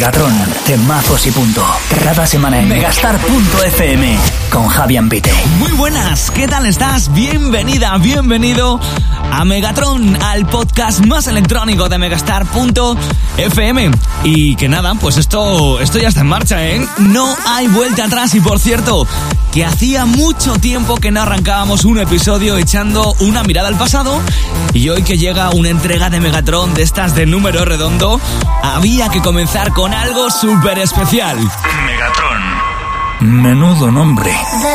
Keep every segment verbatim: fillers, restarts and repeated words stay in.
Megatron, temazos y punto. Cada semana en megastar punto efe eme con Javi Ambite. Muy buenas, ¿qué tal estás? Bienvenida, bienvenido a Megatron, al podcast más electrónico de megastar punto efe eme. Y que nada, pues esto, esto ya está en marcha, ¿eh? No hay vuelta atrás. Y por cierto, que hacía mucho tiempo que no arrancábamos un episodio echando una mirada al pasado. Y hoy que llega una entrega de Megatron de estas de número redondo, había que comenzar con algo súper especial. Megatron. Menudo nombre.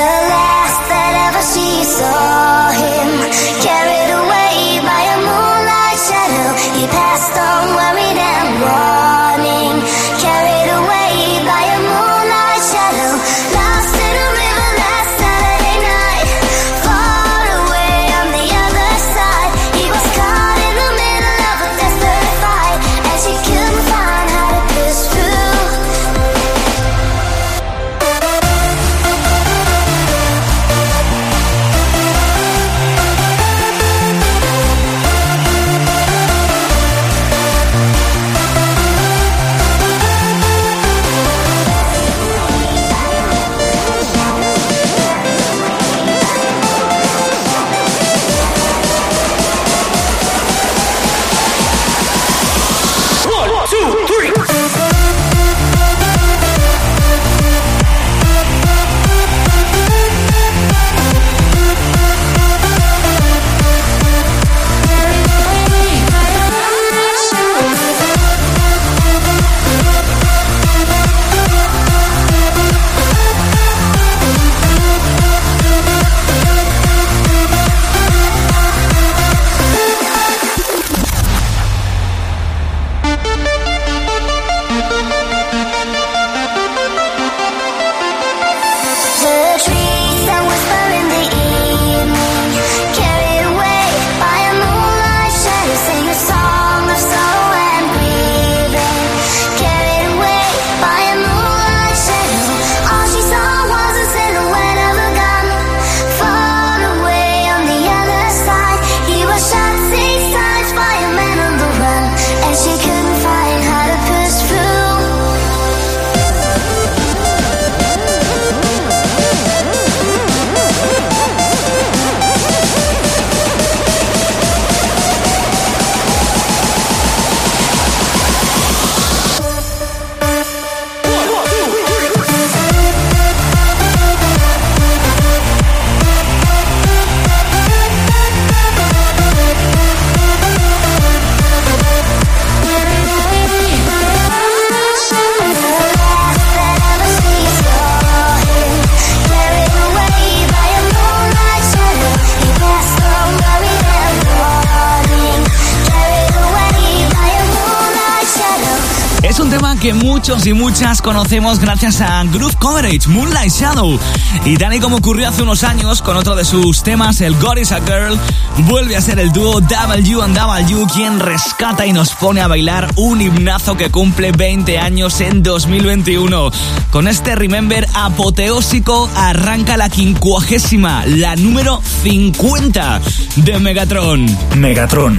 Que muchos y muchas conocemos gracias a Groove Coverage, Moonlight Shadow. Y tal y como ocurrió hace unos años con otro de sus temas, el God is a Girl, vuelve a ser el dúo W and W quien rescata y nos pone a bailar un himnazo que cumple veinte años en dos mil veintiuno. Con este Remember apoteósico arranca la quincuagésima, la número cincuenta de Megatron. Megatron.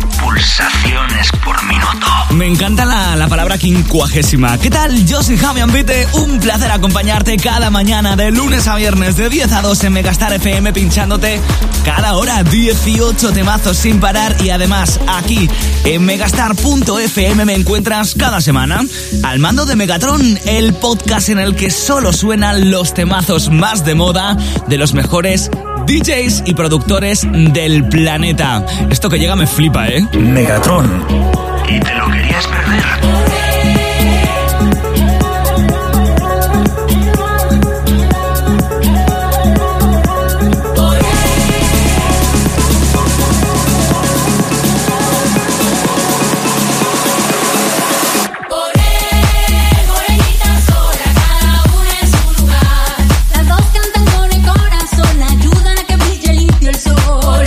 Pulsaciones por minuto. Me encanta la, la palabra quincuagésima. ¿Qué tal? Yo soy Javi Ambite. Un placer acompañarte cada mañana de lunes a viernes de diez a dos en Megastar efe eme, pinchándote cada hora dieciocho temazos sin parar. Y además aquí en megastar punto efe eme me encuentras cada semana al mando de Megatron, el podcast en el que solo suenan los temazos más de moda de los mejores D Js y productores del planeta. Esto que llega me flipa, ¿eh? Megatron. ¿Y te lo querías perder?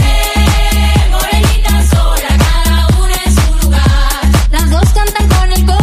Cantan con el corazón.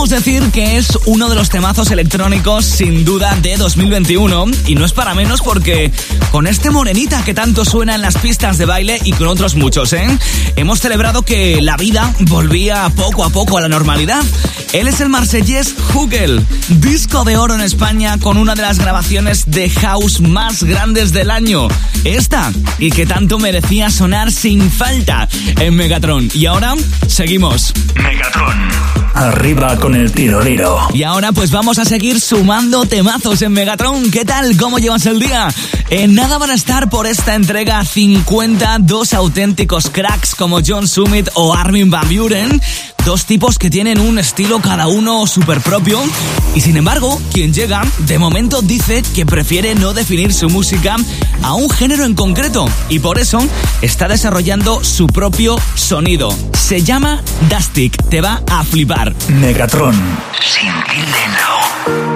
Podemos decir que es uno de los temazos electrónicos sin duda de dos mil veintiuno, y no es para menos porque con este Morenita que tanto suena en las pistas de baile y con otros muchos, ¿eh? Hemos celebrado que la vida volvía poco a poco a la normalidad. Él es el marsellés Hugel, disco de oro en España con una de las grabaciones de house más grandes del año. Esta, y que tanto merecía sonar sin falta en Megatron. Y ahora, seguimos. Megatron. Arriba con el tiro liro. Y ahora pues vamos a seguir sumando temazos en Megatron. ¿Qué tal? ¿Cómo llevas el día? En nada van a estar por esta entrega cincuenta, dos auténticos cracks como John Summit o Armin van Buuren. Dos tipos que tienen un estilo cada uno súper propio. Y sin embargo, quien llega, de momento dice que prefiere no definir su música a un género en concreto. Y por eso está desarrollando su propio sonido. Se llama Dastic. Te va a flipar. Megatron. Sin Tilde.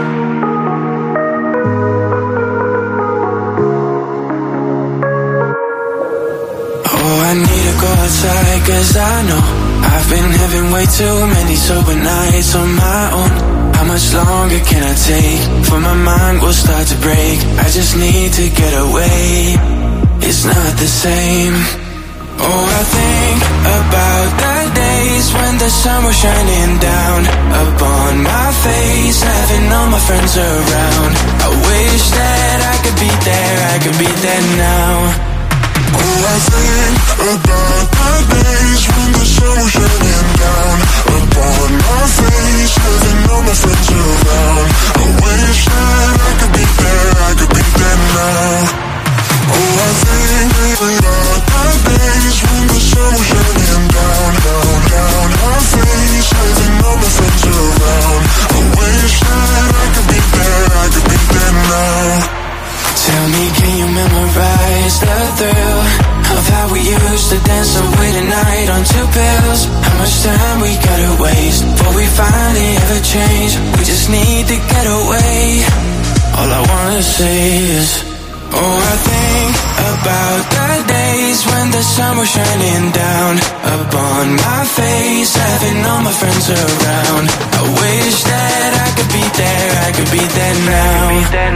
I need to go outside cause I know I've been having way too many sober nights on my own. How much longer can I take? For my mind will start to break. I just need to get away. It's not the same. Oh, I think about the days when the sun was shining down upon my face, having all my friends around. I wish that I could be there, I could be there now. Oh, I think about the days when the sun was shining down upon my face, having all my friends around. I wish that I could be there, I could be there now. Oh, I think about the days when the sun was shining down, down, down my face, having all my friends around. I wish that I could be there, I could be there now. Tell me, can you memorize the thrill of how we used to dance away the night on two pills? How much time we gotta waste before we finally ever change? We just need to get away. All I wanna say is, oh, I think about the days when the sun was shining down upon my face, having all my friends around. I wish that I could be there, I could be there now.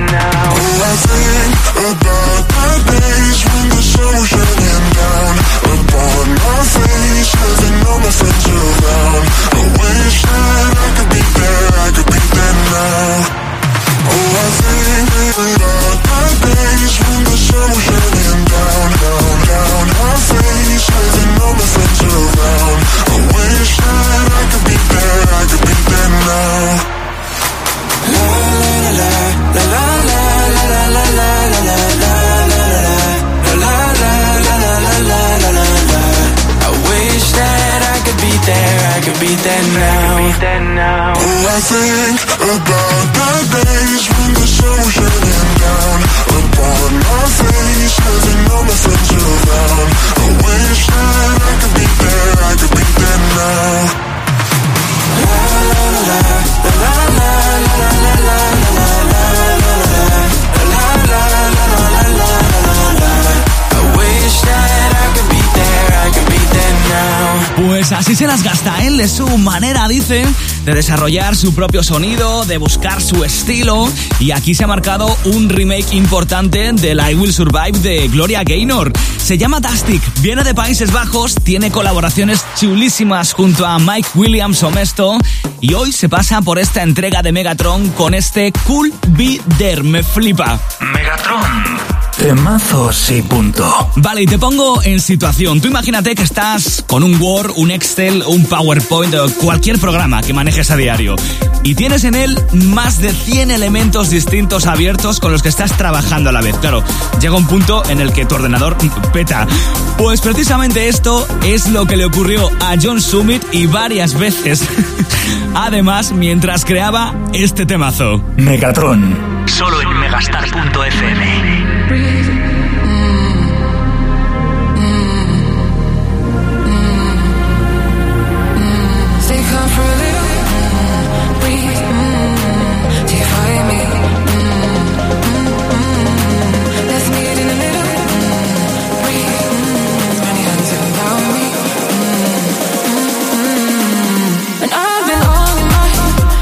Oh, I think about the days when the sun was shining down upon my face, having all my friends around. I wish that I could be there, I could be there now. Oh, I think about the days when the sun was shining down, down, down my face, having all my friends around. I wish that I could be there, I could be there now. La la la la la la la la la la la la la la la la la. I wish that I could be there, I could be there now. Oh, I think about the days when the sun was shining down upon my face, having all my friends around. I wish that I could be there, I could be there now. La la la la la la la la la la la la la la la. I wish that I could be there, I could be there now. Pues así se las gasta él, es su manera, dice, de desarrollar su propio sonido, de buscar su estilo. Y aquí se ha marcado un remake importante del I Will Survive de Gloria Gaynor. Se llama Dastic, viene de Países Bajos, tiene colaboraciones chulísimas junto a Mike Williams o Mesto. Y hoy se pasa por esta entrega de Megatron con este Cool Be There, me flipa. Megatron. Temazos y punto. Vale, y te pongo en situación. Tú imagínate que estás con un Word, un Excel, un PowerPoint o cualquier programa que manejes a diario y tienes en él más de cien elementos distintos abiertos con los que estás trabajando a la vez. Claro, llega un punto en el que tu ordenador peta. Pues precisamente esto es lo que le ocurrió a John Summit y varias veces. Además, mientras creaba este temazo. Megatron. Solo en megastar punto f m. And I've been all in my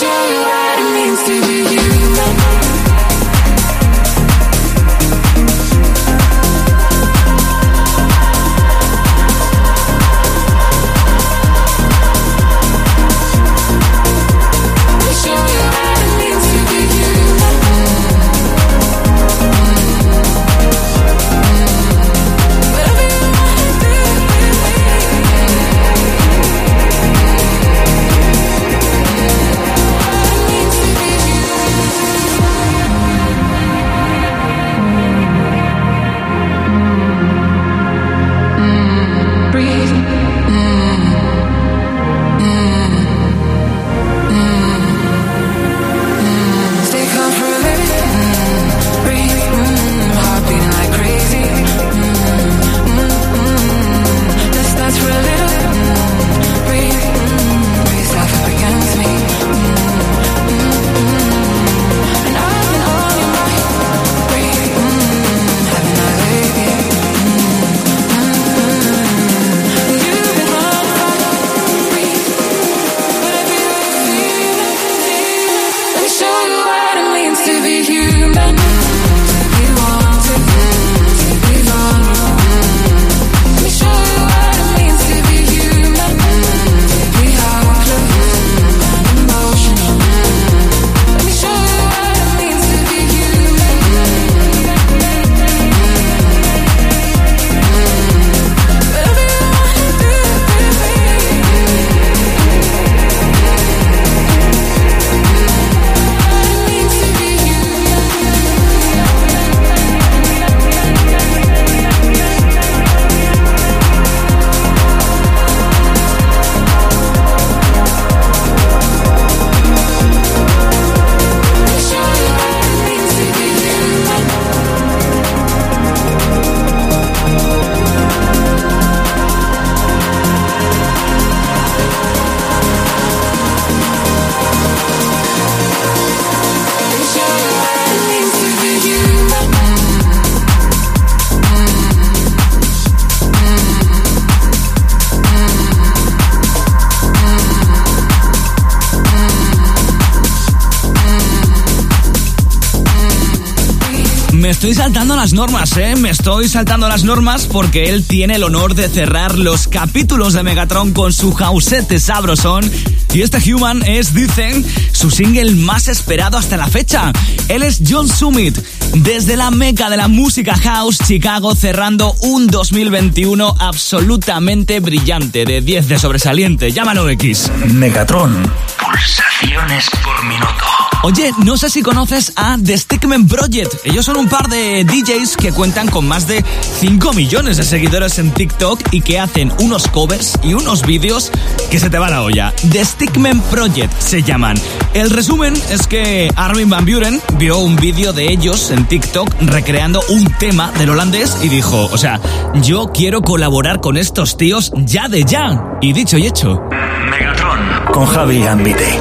Me estoy saltando las normas, ¿eh? Me estoy saltando las normas porque él tiene el honor de cerrar los capítulos de Megatron con su Jausete sabrosón. Y este Human es, dicen, su single más esperado hasta la fecha. Él es John Summit, desde la meca de la música house, Chicago, cerrando un dos mil veintiuno absolutamente brillante, de diez de sobresaliente. Llámalo X. Megatron. Pulsaciones por minuto. Oye, no sé si conoces a The Stickman Project. Ellos son un par de D Js que cuentan con más de cinco millones de seguidores en TikTok y que hacen unos covers y unos vídeos que se te va la olla. The Stickman Project se llaman. El resumen es que Armin van Buuren vio un vídeo de ellos en TikTok recreando un tema del holandés y dijo, o sea, yo quiero colaborar con estos tíos ya de ya. Y dicho y hecho. Megatron con Javi Ambite.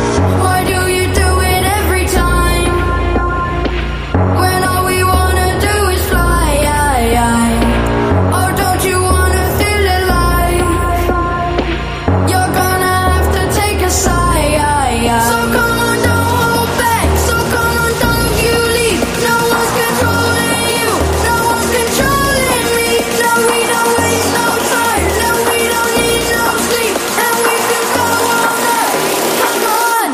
Come on!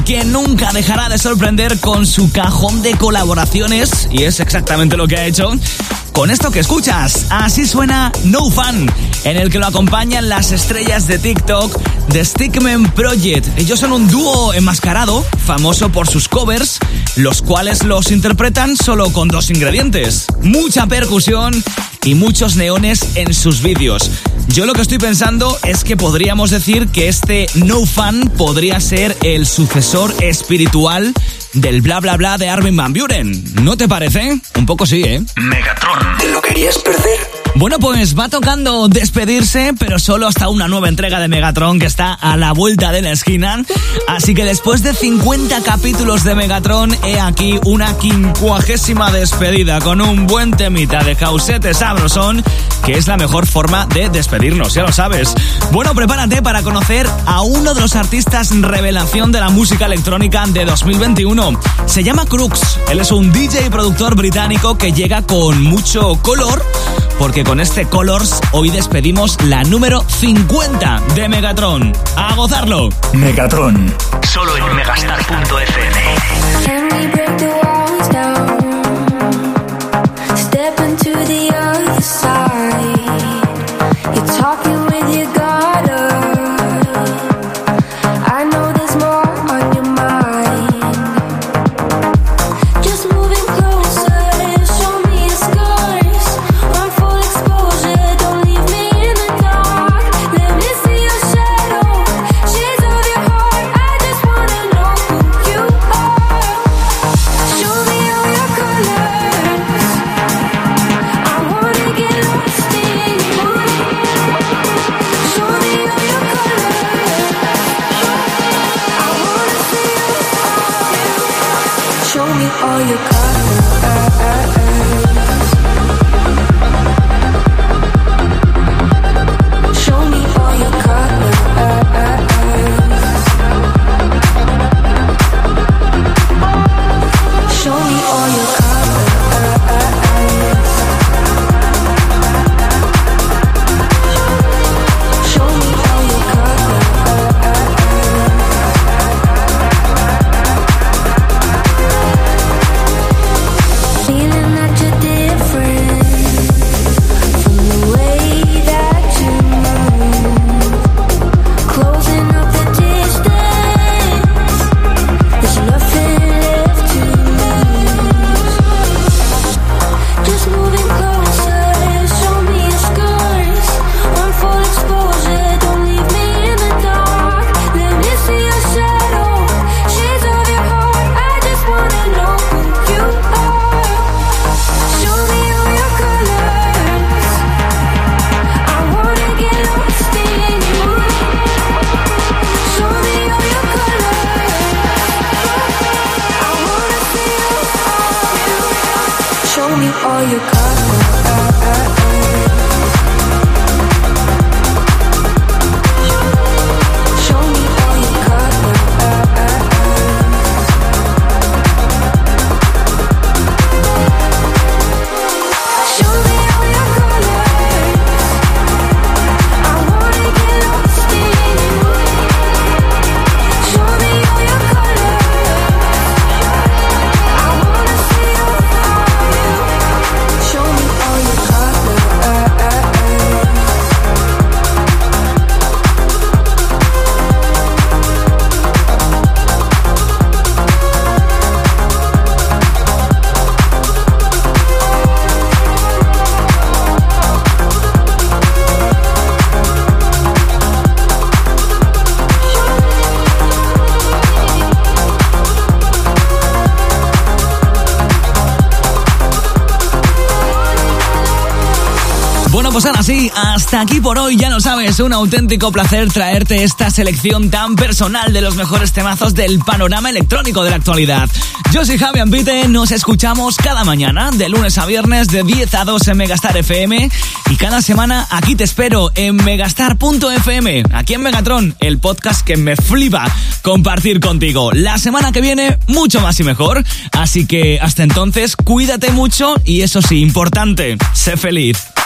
que nunca dejará de sorprender con su cajón de colaboraciones, y es exactamente lo que ha hecho con esto que escuchas. Así suena No Fun, en el que lo acompañan las estrellas de TikTok The Stickman Project. Ellos son un dúo enmascarado, famoso por sus covers, los cuales los interpretan solo con dos ingredientes: mucha percusión y muchos neones en sus vídeos. Yo lo que estoy pensando es que podríamos decir que este No Fun podría ser el sucesor espiritual del bla bla bla de Armin van Buuren. ¿No te parece? Un poco sí, ¿eh? Megatron, ¿te lo querías perder? Bueno, pues va tocando despedirse, pero solo hasta una nueva entrega de Megatron que está a la vuelta de la esquina. Así que después de cincuenta capítulos de Megatron, he aquí una quincuagésima despedida con un buen temita de Causete sabrosón, que es la mejor forma de despedirnos, ya lo sabes. Bueno, prepárate para conocer a uno de los artistas revelación de la música electrónica de dos mil veintiuno. Se llama Crux. Él es un D J y productor británico que llega con mucho color, porque con este Colors hoy despedimos la número cincuenta de Megatron. ¡A gozarlo! Megatron, solo en megastar punto f m. Can we break the walls down? Step into the other side. You're talking with your guard up. I know there's more on your mind. Just moving closer, show me your scars. Run full exposure, don't leave me in the dark. Let me see your shadow, shades of your heart. I just wanna know who you are. Show me all your colors. I wanna get lost in you. Show me all your colors. I wanna see you. Show me all your colors. Show me all your colors. Show me all your colors. Show me all your colors. Feeling that you're different from the way that you move. Closing up the distance, there's nothing left to lose. Just moving closer, show me your scars. Run full exposure, don't leave me in the dark. Let me see your shadow, shades of your heart. I just wanna know who you are. Show me all your colors. I wanna get lost in you. Show me all your colors. I wanna see you. Show me all your colors. Show me all your colors. Show me all your colors. I wanna get lost in you. Show me all your colors. I wanna see you. Show me all your colors. Bueno, pues ahora sí, hasta aquí por hoy, ya lo sabes, un auténtico placer traerte esta selección tan personal de los mejores temazos del panorama electrónico de la actualidad. Yo soy Javi Ambite, nos escuchamos cada mañana, de lunes a viernes, de diez a dos en Megastar F M, y cada semana aquí te espero en megastar punto f m, aquí en Megatron, el podcast que me flipa compartir contigo. La semana que viene, mucho más y mejor, así que hasta entonces, cuídate mucho y eso sí, importante, sé feliz.